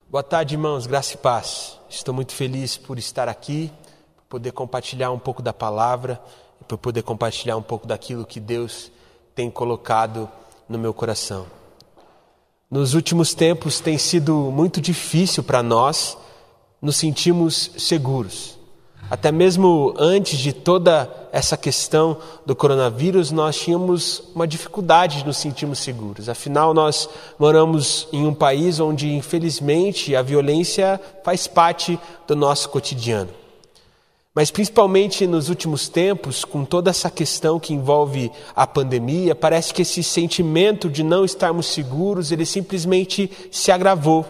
Boa tarde, irmãos, graça e paz. Estou muito feliz por estar aqui, por poder compartilhar um pouco da palavra e por poder compartilhar um pouco daquilo que Deus tem colocado no meu coração. Nos últimos tempos tem sido muito difícil para nós nos sentirmos seguros. Até mesmo antes de toda essa questão do coronavírus, nós tínhamos uma dificuldade de nos sentirmos seguros. Afinal, nós moramos em um país onde, infelizmente, a violência faz parte do nosso cotidiano. Mas, principalmente nos últimos tempos, com toda essa questão que envolve a pandemia, parece que esse sentimento de não estarmos seguros, ele simplesmente se agravou.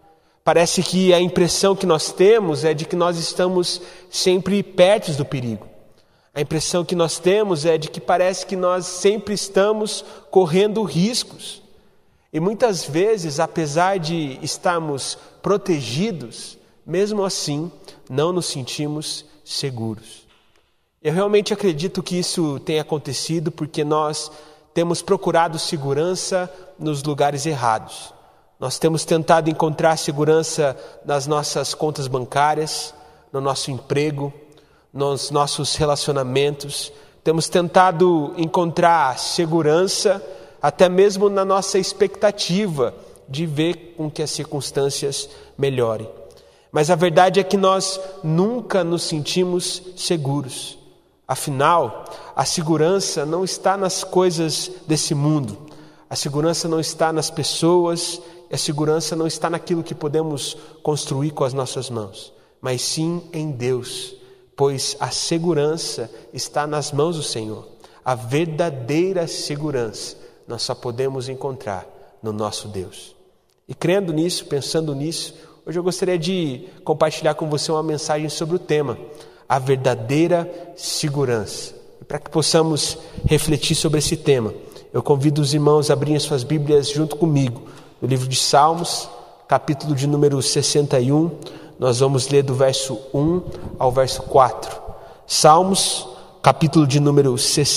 Parece que a impressão que nós temos é de que nós estamos sempre perto do perigo. A impressão que nós temos é de que parece que nós sempre estamos correndo riscos. E muitas vezes, apesar de estarmos protegidos, mesmo assim, não nos sentimos seguros. Eu realmente acredito que isso tenha acontecido porque nós temos procurado segurança nos lugares errados. Nós temos tentado encontrar segurança nas nossas contas bancárias, no nosso emprego, nos nossos relacionamentos. Temos tentado encontrar segurança até mesmo na nossa expectativa de ver com que as circunstâncias melhorem. Mas a verdade é que nós nunca nos sentimos seguros. Afinal, a segurança não está nas coisas desse mundo. A segurança não está nas pessoas. A segurança não está naquilo que podemos construir com as nossas mãos, mas sim em Deus, pois a segurança está nas mãos do Senhor. A verdadeira segurança nós só podemos encontrar no nosso Deus. E crendo nisso, pensando nisso, hoje eu gostaria de compartilhar com você uma mensagem sobre o tema, a verdadeira segurança. E para que possamos refletir sobre esse tema, eu convido os irmãos a abrirem suas Bíblias junto comigo. No livro de Salmos, capítulo de número 61, nós vamos ler do verso 1 ao verso 4. Salmos, capítulo de número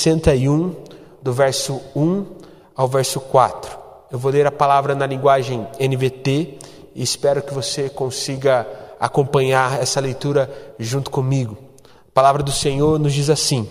61, do verso 1 ao verso 4. Eu vou ler a palavra na linguagem NVT e espero que você consiga acompanhar essa leitura junto comigo. A palavra do Senhor nos diz assim: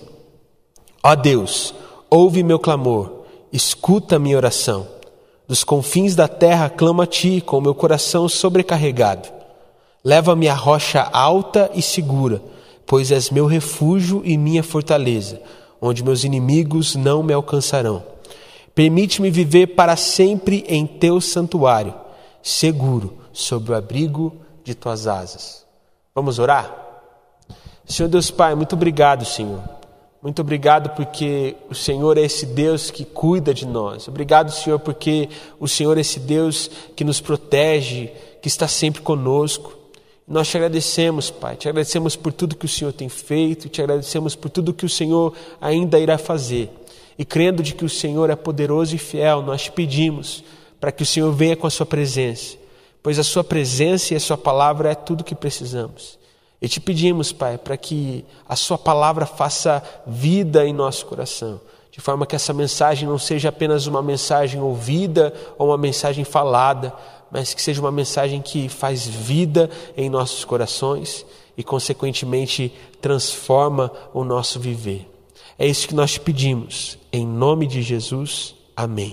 Ó Deus, ouve meu clamor, escuta minha oração. Dos confins da terra clamo a ti, com o meu coração sobrecarregado. Leva-me à rocha alta e segura, pois és meu refúgio e minha fortaleza, onde meus inimigos não me alcançarão. Permite-me viver para sempre em teu santuário, seguro sob o abrigo de tuas asas. Vamos orar? Senhor Deus Pai, muito obrigado, Senhor. Muito obrigado porque o Senhor é esse Deus que cuida de nós. Obrigado, Senhor, porque o Senhor é esse Deus que nos protege, que está sempre conosco. Nós te agradecemos, Pai. Te agradecemos por tudo que o Senhor tem feito. Te agradecemos por tudo que o Senhor ainda irá fazer. E crendo de que o Senhor é poderoso e fiel, nós te pedimos para que o Senhor venha com a sua presença. Pois a sua presença e a sua palavra é tudo que precisamos. E te pedimos, Pai, para que a sua palavra faça vida em nosso coração, de forma que essa mensagem não seja apenas uma mensagem ouvida ou uma mensagem falada, mas que seja uma mensagem que faz vida em nossos corações e, consequentemente, transforma o nosso viver. É isso que nós te pedimos, em nome de Jesus. Amém.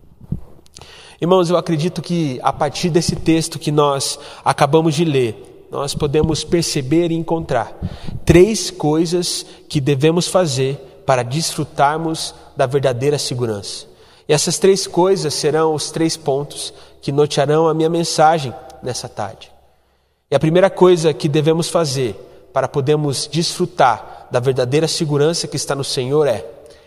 Irmãos, eu acredito que a partir desse texto que nós acabamos de ler, nós podemos perceber e encontrar 3 coisas que devemos fazer para desfrutarmos da verdadeira segurança. E essas 3 coisas serão os 3 pontos que nortearão a minha mensagem nessa tarde. E a primeira coisa que devemos fazer para podermos desfrutar da verdadeira segurança que está no Senhor é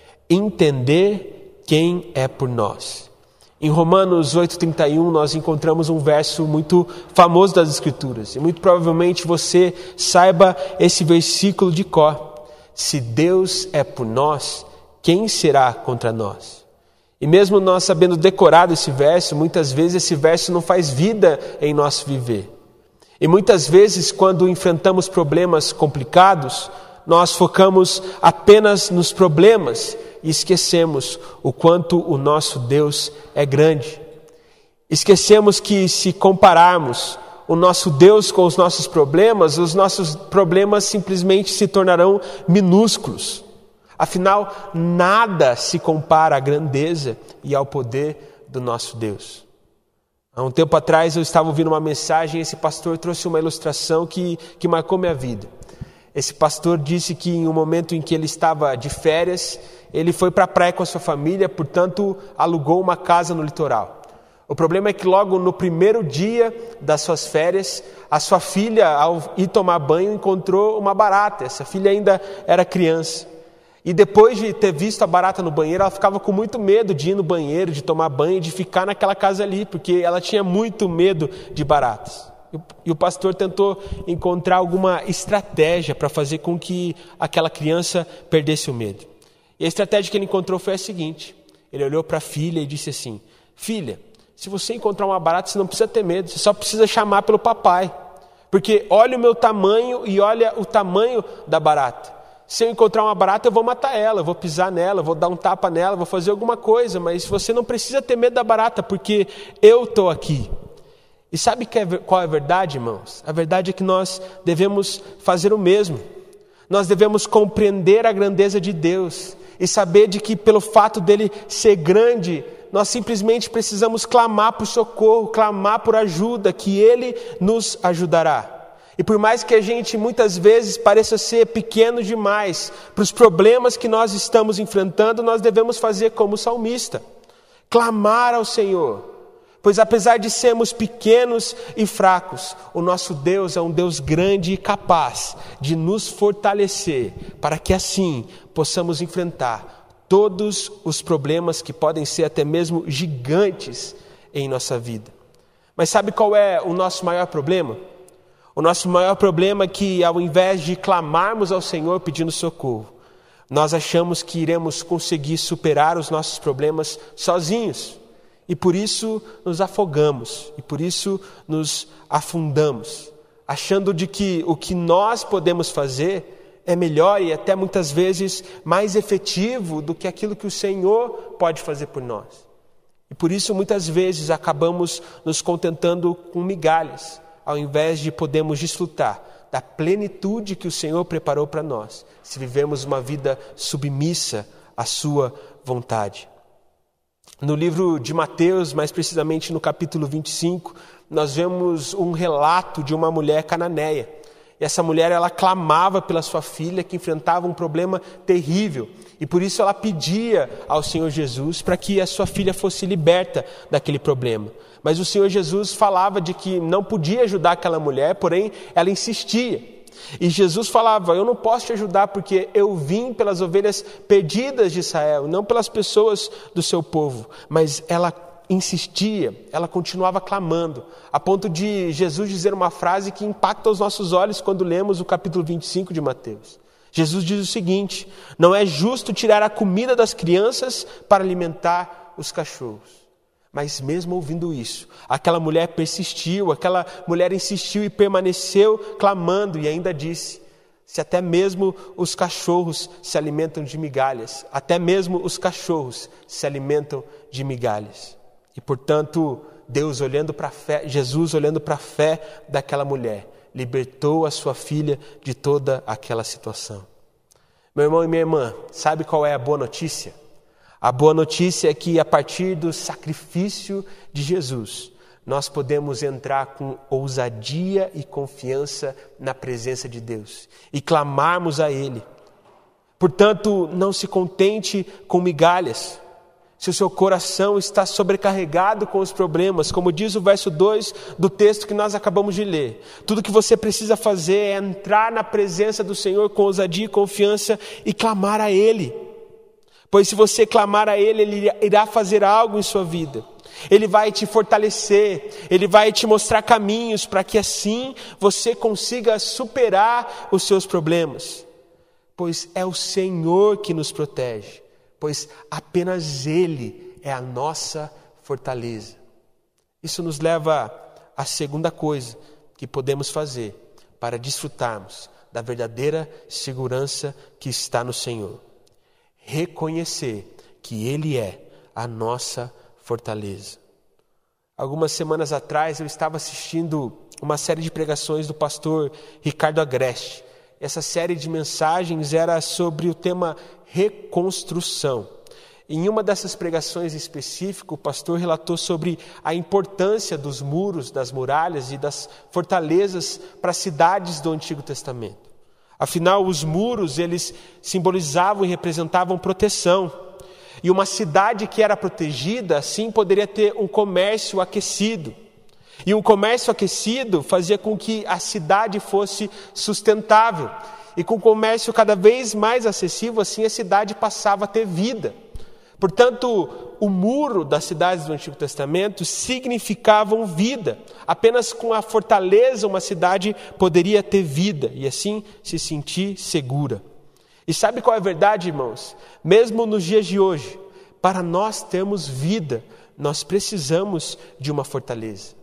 entender quem é por nós. Em Romanos 8,31 nós encontramos um verso muito famoso das Escrituras. E muito provavelmente você saiba esse versículo de cor. Se Deus é por nós, quem será contra nós? E mesmo nós sabendo decorado esse verso, muitas vezes esse verso não faz vida em nosso viver. E muitas vezes quando enfrentamos problemas complicados, nós focamos apenas nos problemas e esquecemos o quanto o nosso Deus é grande. Esquecemos que se compararmos o nosso Deus com os nossos problemas simplesmente se tornarão minúsculos. Afinal, nada se compara à grandeza e ao poder do nosso Deus. Há um tempo atrás eu estava ouvindo uma mensagem e esse pastor trouxe uma ilustração que marcou minha vida. Esse pastor disse que em um momento em que ele estava de férias, ele foi para a praia com a sua família, portanto alugou uma casa no litoral. O problema é que logo no primeiro dia das suas férias, a sua filha, ao ir tomar banho, encontrou uma barata. Essa filha ainda era criança. E depois de ter visto a barata no banheiro, ela ficava com muito medo de ir no banheiro, de tomar banho, de ficar naquela casa ali, porque ela tinha muito medo de baratas. E o pastor tentou encontrar alguma estratégia para fazer com que aquela criança perdesse o medo. E a estratégia que ele encontrou foi a seguinte: ele olhou para a filha e disse assim: filha, se você encontrar uma barata, você não precisa ter medo, você só precisa chamar pelo papai. Porque olha o meu tamanho e olha o tamanho da barata. Se eu encontrar uma barata, eu vou matar ela, eu vou pisar nela, eu vou dar um tapa nela, vou fazer alguma coisa. Mas você não precisa ter medo da barata, porque eu estou aqui. E sabe qual é a verdade, irmãos? A verdade é que nós devemos fazer o mesmo. Nós devemos compreender a grandeza de Deus e saber de que pelo fato dele ser grande, nós simplesmente precisamos clamar por socorro, clamar por ajuda, que ele nos ajudará. E por mais que a gente muitas vezes pareça ser pequeno demais para os problemas que nós estamos enfrentando, nós devemos fazer como o salmista: clamar ao Senhor. Pois apesar de sermos pequenos e fracos, o nosso Deus é um Deus grande e capaz de nos fortalecer, para que assim possamos enfrentar todos os problemas que podem ser até mesmo gigantes em nossa vida. Mas sabe qual é o nosso maior problema? O nosso maior problema é que, ao invés de clamarmos ao Senhor pedindo socorro, nós achamos que iremos conseguir superar os nossos problemas sozinhos. E por isso nos afogamos, e por isso nos afundamos, achando de que o que nós podemos fazer é melhor e até muitas vezes mais efetivo do que aquilo que o Senhor pode fazer por nós. E por isso muitas vezes acabamos nos contentando com migalhas, ao invés de podermos desfrutar da plenitude que o Senhor preparou para nós, se vivemos uma vida submissa à sua vontade. No livro de Mateus, mais precisamente no capítulo 25, nós vemos um relato de uma mulher cananeia. E essa mulher, ela clamava pela sua filha, que enfrentava um problema terrível. E por isso ela pedia ao Senhor Jesus para que a sua filha fosse liberta daquele problema. Mas o Senhor Jesus falava de que não podia ajudar aquela mulher, porém ela insistia. E Jesus falava: eu não posso te ajudar porque eu vim pelas ovelhas perdidas de Israel, não pelas pessoas do seu povo. Mas ela insistia, ela continuava clamando, a ponto de Jesus dizer uma frase que impacta os nossos olhos quando lemos o capítulo 25 de Mateus. Jesus diz o seguinte: não é justo tirar a comida das crianças para alimentar os cachorros. Mas mesmo ouvindo isso, aquela mulher persistiu, aquela mulher insistiu e permaneceu clamando, e ainda disse: se até mesmo os cachorros se alimentam de migalhas, até mesmo os cachorros se alimentam de migalhas. E portanto, Jesus olhando para a fé daquela mulher, libertou a sua filha de toda aquela situação. Meu irmão e minha irmã, sabe qual é a boa notícia? A boa notícia é que a partir do sacrifício de Jesus, nós podemos entrar com ousadia e confiança na presença de Deus e clamarmos a Ele. Portanto, não se contente com migalhas. Se o seu coração está sobrecarregado com os problemas, como diz o verso 2 do texto que nós acabamos de ler, tudo que você precisa fazer é entrar na presença do Senhor com ousadia e confiança e clamar a Ele. Pois se você clamar a Ele, Ele irá fazer algo em sua vida. Ele vai te fortalecer, Ele vai te mostrar caminhos para que assim você consiga superar os seus problemas. Pois é o Senhor que nos protege, pois apenas Ele é a nossa fortaleza. Isso nos leva à segunda coisa que podemos fazer para desfrutarmos da verdadeira segurança que está no Senhor. Reconhecer que Ele é a nossa fortaleza. Algumas semanas atrás eu estava assistindo uma série de pregações do pastor Ricardo Agreste. Essa série de mensagens era sobre o tema reconstrução. Em uma dessas pregações em específico, o pastor relatou sobre a importância dos muros, das muralhas e das fortalezas para as cidades do Antigo Testamento. Afinal, os muros, eles simbolizavam e representavam proteção. E uma cidade que era protegida, assim, poderia ter um comércio aquecido. E um comércio aquecido fazia com que a cidade fosse sustentável. E com o comércio cada vez mais acessível, assim, a cidade passava a ter vida. Portanto, o muro das cidades do Antigo Testamento significavam vida. Apenas com a fortaleza uma cidade poderia ter vida e assim se sentir segura. E sabe qual é a verdade, irmãos? Mesmo nos dias de hoje, para nós termos vida, nós precisamos de uma fortaleza.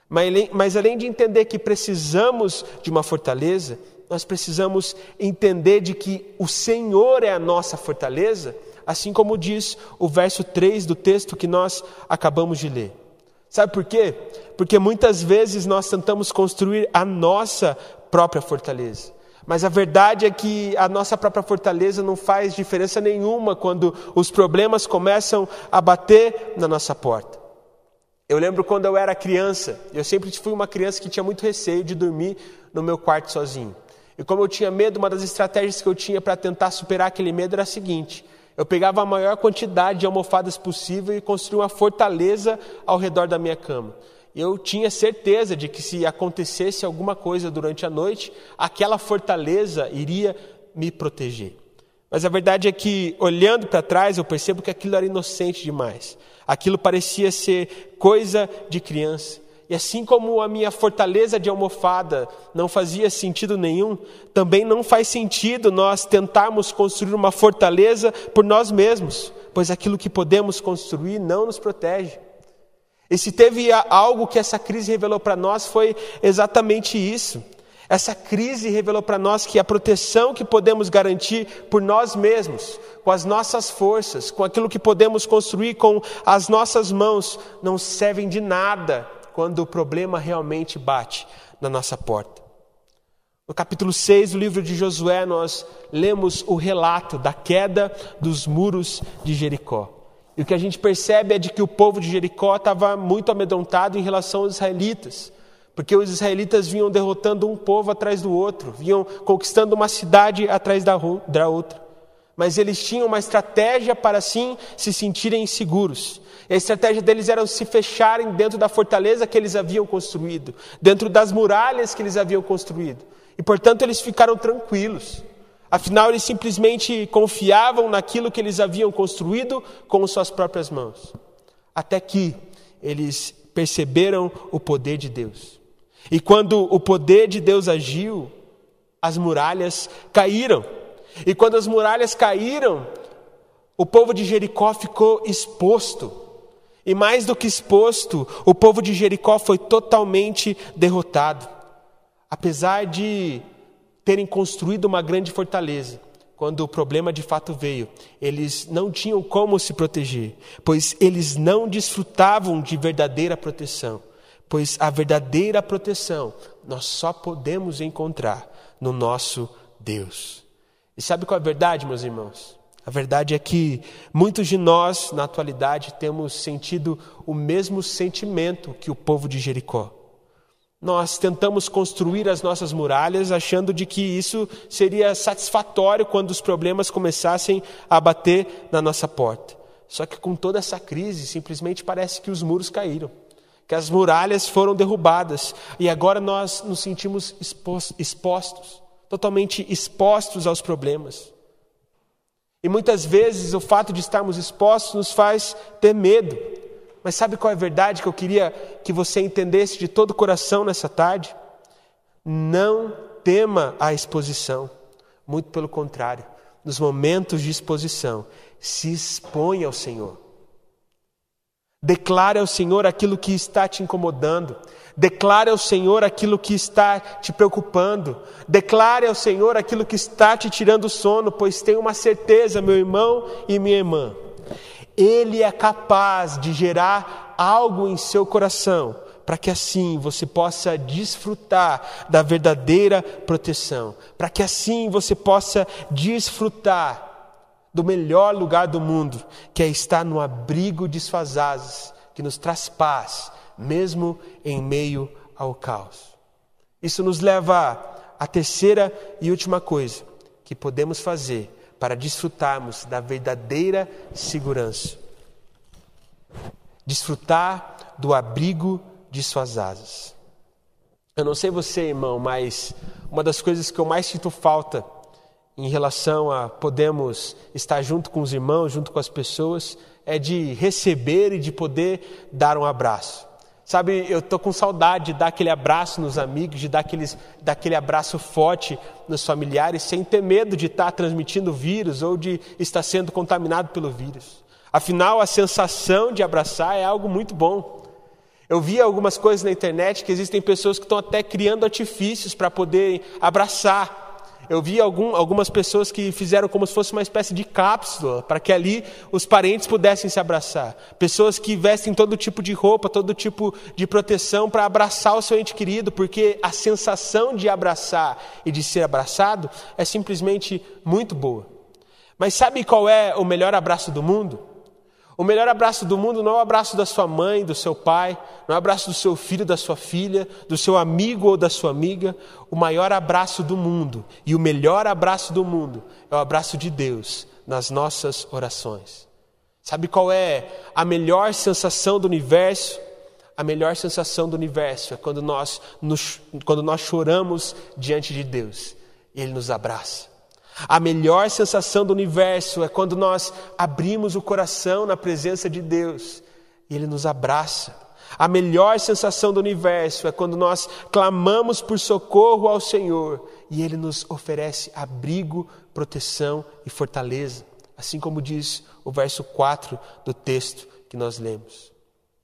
Mas além de entender que precisamos de uma fortaleza, nós precisamos entender de que o Senhor é a nossa fortaleza, assim como diz o verso 3 do texto que nós acabamos de ler. Sabe por quê? Porque muitas vezes nós tentamos construir a nossa própria fortaleza. Mas a verdade é que a nossa própria fortaleza não faz diferença nenhuma quando os problemas começam a bater na nossa porta. Eu lembro quando eu era criança, eu sempre fui uma criança que tinha muito receio de dormir no meu quarto sozinho. E como eu tinha medo, uma das estratégias que eu tinha para tentar superar aquele medo era a seguinte: eu pegava a maior quantidade de almofadas possível e construía uma fortaleza ao redor da minha cama. Eu tinha certeza de que se acontecesse alguma coisa durante a noite, aquela fortaleza iria me proteger. Mas a verdade é que, olhando para trás, eu percebo que aquilo era inocente demais. Aquilo parecia ser coisa de criança. E assim como a minha fortaleza de almofada não fazia sentido nenhum, também não faz sentido nós tentarmos construir uma fortaleza por nós mesmos, pois aquilo que podemos construir não nos protege. E se teve algo que essa crise revelou para nós, foi exatamente isso. Essa crise revelou para nós que a proteção que podemos garantir por nós mesmos, com as nossas forças, com aquilo que podemos construir com as nossas mãos, não servem de nada quando o problema realmente bate na nossa porta. No capítulo 6 do livro de Josué, nós lemos o relato da queda dos muros de Jericó. E o que a gente percebe é de que o povo de Jericó estava muito amedrontado em relação aos israelitas, porque os israelitas vinham derrotando um povo atrás do outro, vinham conquistando uma cidade atrás da outra. Mas eles tinham uma estratégia para assim se sentirem seguros. E a estratégia deles era se fecharem dentro da fortaleza que eles haviam construído, dentro das muralhas que eles haviam construído. E portanto eles ficaram tranquilos. Afinal, eles simplesmente confiavam naquilo que eles haviam construído com suas próprias mãos. Até que eles perceberam o poder de Deus. E quando o poder de Deus agiu, as muralhas caíram. E quando as muralhas caíram, o povo de Jericó ficou exposto. E mais do que exposto, o povo de Jericó foi totalmente derrotado. Apesar de terem construído uma grande fortaleza, quando o problema de fato veio, eles não tinham como se proteger, pois eles não desfrutavam de verdadeira proteção, pois a verdadeira proteção nós só podemos encontrar no nosso Deus. E sabe qual é a verdade, meus irmãos? A verdade é que muitos de nós, na atualidade, temos sentido o mesmo sentimento que o povo de Jericó. Nós tentamos construir as nossas muralhas achando de que isso seria satisfatório quando os problemas começassem a bater na nossa porta. Só que com toda essa crise, simplesmente parece que os muros caíram, que as muralhas foram derrubadas e agora nós nos sentimos expostos, totalmente expostos aos problemas. E muitas vezes o fato de estarmos expostos nos faz ter medo. Mas sabe qual é a verdade que eu queria que você entendesse de todo o coração nessa tarde? Não tema a exposição. Muito pelo contrário, nos momentos de exposição, se expõe ao Senhor. Declare ao Senhor aquilo que está te incomodando. Declare ao Senhor aquilo que está te preocupando. Declare ao Senhor aquilo que está te tirando o sono, pois tenha uma certeza, meu irmão e minha irmã. Ele é capaz de gerar algo em seu coração, para que assim você possa desfrutar da verdadeira proteção, para que assim você possa desfrutar do melhor lugar do mundo, que é estar no abrigo de suas asas, que nos traz paz, mesmo em meio ao caos. Isso nos leva à terceira e última coisa que podemos fazer para desfrutarmos da verdadeira segurança. Desfrutar do abrigo de suas asas. Eu não sei você, irmão, mas uma das coisas que eu mais sinto falta em relação a podermos estar junto com os irmãos, junto com as pessoas, é de receber e de poder dar um abraço. Sabe, eu estou com saudade de dar aquele abraço nos amigos, de dar aquele abraço forte nos familiares, sem ter medo de estar transmitindo vírus ou de estar sendo contaminado pelo vírus. Afinal, a sensação de abraçar é algo muito bom. Eu vi algumas coisas na internet que existem pessoas que estão até criando artifícios para poder abraçar. Eu vi algumas pessoas que fizeram como se fosse uma espécie de cápsula para que ali os parentes pudessem se abraçar. Pessoas que vestem todo tipo de roupa, todo tipo de proteção para abraçar o seu ente querido, porque a sensação de abraçar e de ser abraçado é simplesmente muito boa. Mas sabe qual é o melhor abraço do mundo? O melhor abraço do mundo não é o abraço da sua mãe, do seu pai, não é o abraço do seu filho, da sua filha, do seu amigo ou da sua amiga. O maior abraço do mundo e o melhor abraço do mundo é o abraço de Deus nas nossas orações. Sabe qual é a melhor sensação do universo? A melhor sensação do universo é quando nós choramos diante de Deus e Ele nos abraça. A melhor sensação do universo é quando nós abrimos o coração na presença de Deus e Ele nos abraça. A melhor sensação do universo é quando nós clamamos por socorro ao Senhor e Ele nos oferece abrigo, proteção e fortaleza, assim como diz o verso 4 do texto que nós lemos.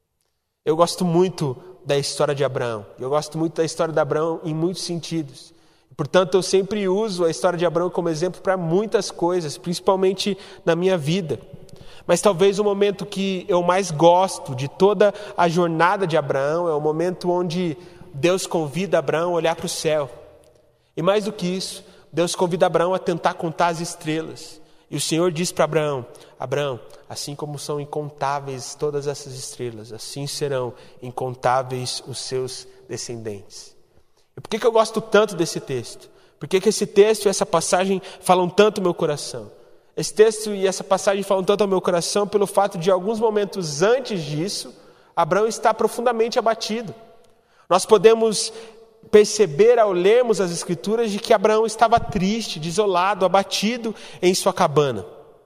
Eu gosto muito da história de Abraão. Eu gosto muito da história de Abraão em muitos sentidos. Portanto, eu sempre uso a história de Abraão como exemplo para muitas coisas, principalmente na minha vida. Mas talvez o momento que eu mais gosto de toda a jornada de Abraão é o momento onde Deus convida Abraão a olhar para o céu. E mais do que isso, Deus convida Abraão a tentar contar as estrelas. E o Senhor diz para Abraão: Abraão, assim como são incontáveis todas essas estrelas, assim serão incontáveis os seus descendentes. E por que eu gosto tanto desse texto? Por que esse texto e essa passagem falam tanto ao meu coração? Esse texto e essa passagem falam tanto ao meu coração pelo fato de alguns momentos antes disso, Abraão está profundamente abatido. Nós podemos perceber ao lermos as Escrituras de que Abraão estava triste, desolado, abatido em sua cabana.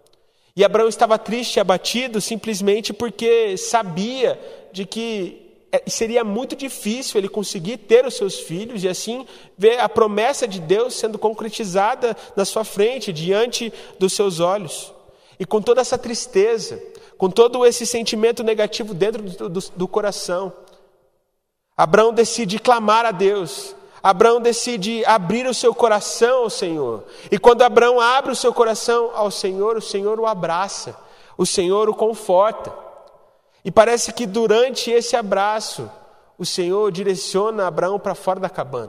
E Abraão estava triste e abatido simplesmente porque sabia de que seria muito difícil ele conseguir ter os seus filhos e assim ver a promessa de Deus sendo concretizada na sua frente, diante dos seus olhos. E com toda essa tristeza, com todo esse sentimento negativo dentro do coração, Abraão decide clamar a Deus. Abraão decide abrir o seu coração ao Senhor. E quando Abraão abre o seu coração ao Senhor, o Senhor o abraça, o Senhor o conforta. E parece que durante esse abraço, o Senhor direciona Abraão para fora da cabana.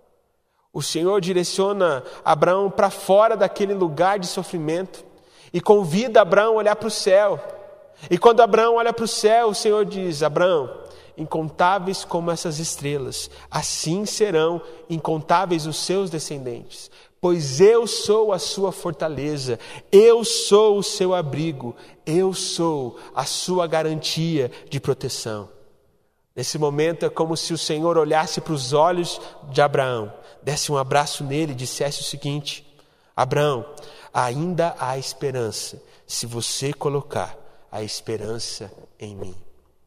O Senhor direciona Abraão para fora daquele lugar de sofrimento e convida Abraão a olhar para o céu. E quando Abraão olha para o céu, o Senhor diz: Abraão, incontáveis como essas estrelas, assim serão incontáveis os seus descendentes. Pois eu sou a sua fortaleza, eu sou o seu abrigo, eu sou a sua garantia de proteção. Nesse momento é como se o Senhor olhasse para os olhos de Abraão, desse um abraço nele e dissesse o seguinte: Abraão, ainda há esperança, se você colocar a esperança em mim.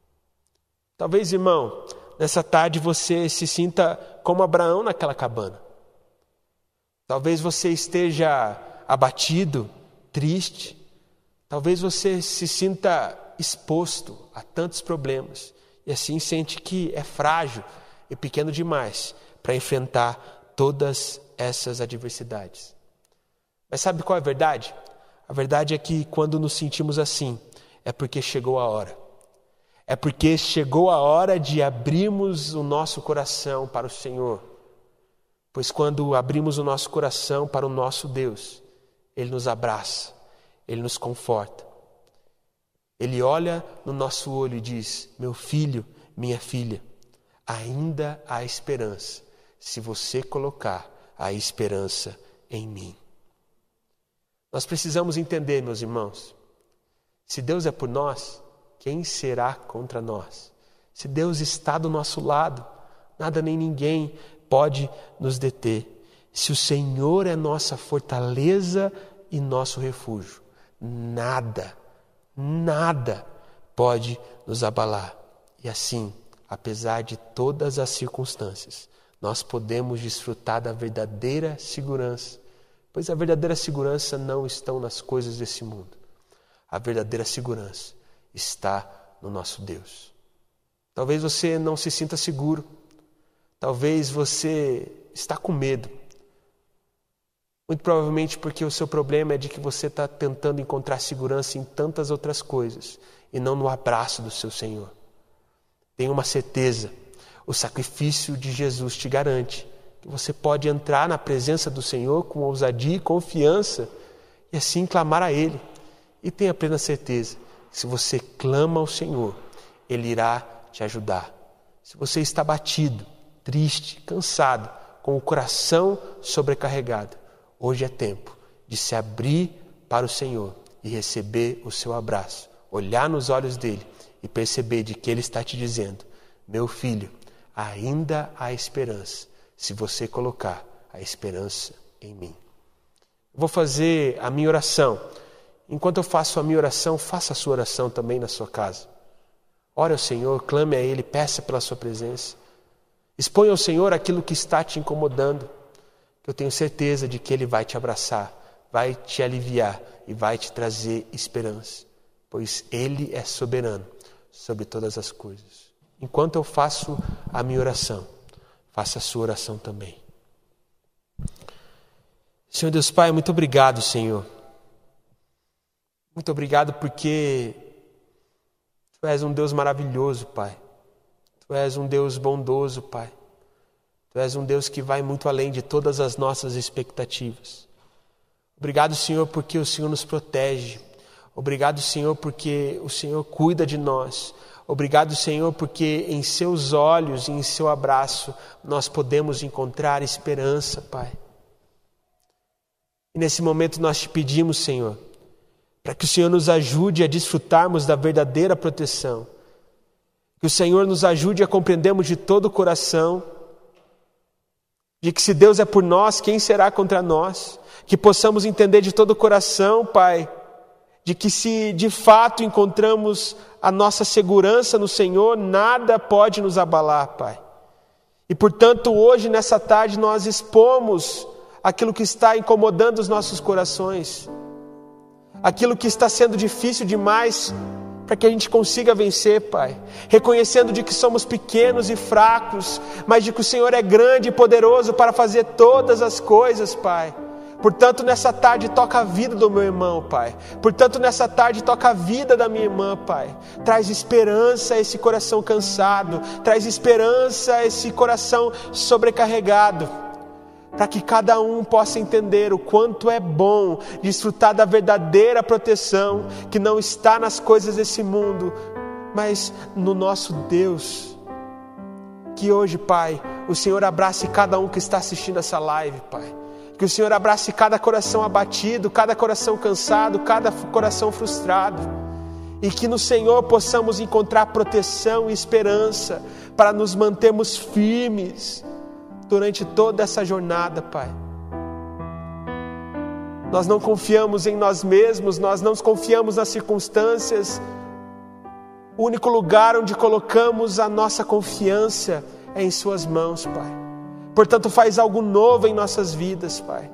Talvez, irmão, nessa tarde você se sinta como Abraão naquela cabana. Talvez você esteja abatido, triste. Talvez você se sinta exposto a tantos problemas e assim sente que é frágil e pequeno demais para enfrentar todas essas adversidades. Mas sabe qual é a verdade? A verdade é que quando nos sentimos assim, é porque chegou a hora. É porque chegou a hora de abrirmos o nosso coração para o Senhor. Pois quando abrimos o nosso coração para o nosso Deus, Ele nos abraça, Ele nos conforta. Ele olha no nosso olho e diz: meu filho, minha filha, ainda há esperança, se você colocar a esperança em mim. Nós precisamos entender, meus irmãos, se Deus é por nós, quem será contra nós? Se Deus está do nosso lado, nada nem ninguém pode nos deter. Se o Senhor é nossa fortaleza e nosso refúgio, nada pode nos abalar. E assim, apesar de todas as circunstâncias, nós podemos desfrutar da verdadeira segurança, pois a verdadeira segurança não está nas coisas desse mundo. A verdadeira segurança está no nosso Deus. Talvez você não se sinta seguro, talvez você está com medo. Muito provavelmente porque o seu problema é de que você está tentando encontrar segurança em tantas outras coisas e não no abraço do seu Senhor. Tenha uma certeza, o sacrifício de Jesus te garante que você pode entrar na presença do Senhor com ousadia e confiança e assim clamar a Ele. E tenha plena certeza que se você clama ao Senhor, Ele irá te ajudar. Se você está batido, triste, cansado, com o coração sobrecarregado, hoje é tempo de se abrir para o Senhor e receber o seu abraço, olhar nos olhos dele e perceber de que ele está te dizendo: meu filho, ainda há esperança, se você colocar a esperança em mim. Eu vou fazer a minha oração. Enquanto eu faço a minha oração, faça a sua oração também na sua casa. Ore ao Senhor, clame a Ele, peça pela sua presença. Exponha ao Senhor aquilo que está te incomodando, que eu tenho certeza de que Ele vai te abraçar, vai te aliviar e vai te trazer esperança, pois Ele é soberano sobre todas as coisas. Enquanto eu faço a minha oração, faça a sua oração também. Senhor Deus Pai, muito obrigado, Senhor. Muito obrigado porque Tu és um Deus maravilhoso, Pai. Tu és um Deus bondoso, Pai. Tu és um Deus que vai muito além de todas as nossas expectativas. Obrigado, Senhor, porque o Senhor nos protege. Obrigado, Senhor, porque o Senhor cuida de nós. Obrigado, Senhor, porque em Seus olhos e em Seu abraço nós podemos encontrar esperança, Pai. E nesse momento nós te pedimos, Senhor, para que o Senhor nos ajude a desfrutarmos da verdadeira proteção. Que o Senhor nos ajude a compreendermos de todo o coração de que se Deus é por nós, quem será contra nós? Que possamos entender de todo o coração, Pai, de que se de fato encontramos a nossa segurança no Senhor, nada pode nos abalar, Pai. E portanto, hoje, nessa tarde, nós expomos aquilo que está incomodando os nossos corações, aquilo que está sendo difícil demais para que a gente consiga vencer, Pai. Reconhecendo de que somos pequenos e fracos, mas de que o Senhor é grande e poderoso para fazer todas as coisas, Pai. Portanto, nessa tarde, toca a vida do meu irmão, Pai. Portanto, nessa tarde, toca a vida da minha irmã, Pai. Traz esperança a esse coração cansado. Traz esperança a esse coração sobrecarregado. Para que cada um possa entender o quanto é bom desfrutar da verdadeira proteção, que não está nas coisas desse mundo, mas no nosso Deus. Que hoje, Pai, o Senhor abrace cada um que está assistindo essa live, Pai. Que o Senhor abrace cada coração abatido, cada coração cansado, cada coração frustrado. E que no Senhor possamos encontrar proteção e esperança para nos mantermos firmes durante toda essa jornada, Pai. Nós não confiamos em nós mesmos, nós não confiamos nas circunstâncias. O único lugar onde colocamos a nossa confiança é em Suas mãos, Pai. Portanto, faz algo novo em nossas vidas, Pai.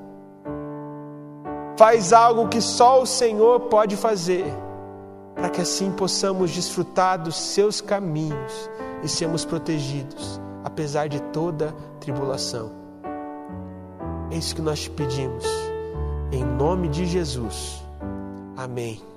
Faz algo que só o Senhor pode fazer, para que assim possamos desfrutar dos Seus caminhos e sermos protegidos, apesar de toda tribulação. É isso que nós te pedimos, em nome de Jesus. Amém.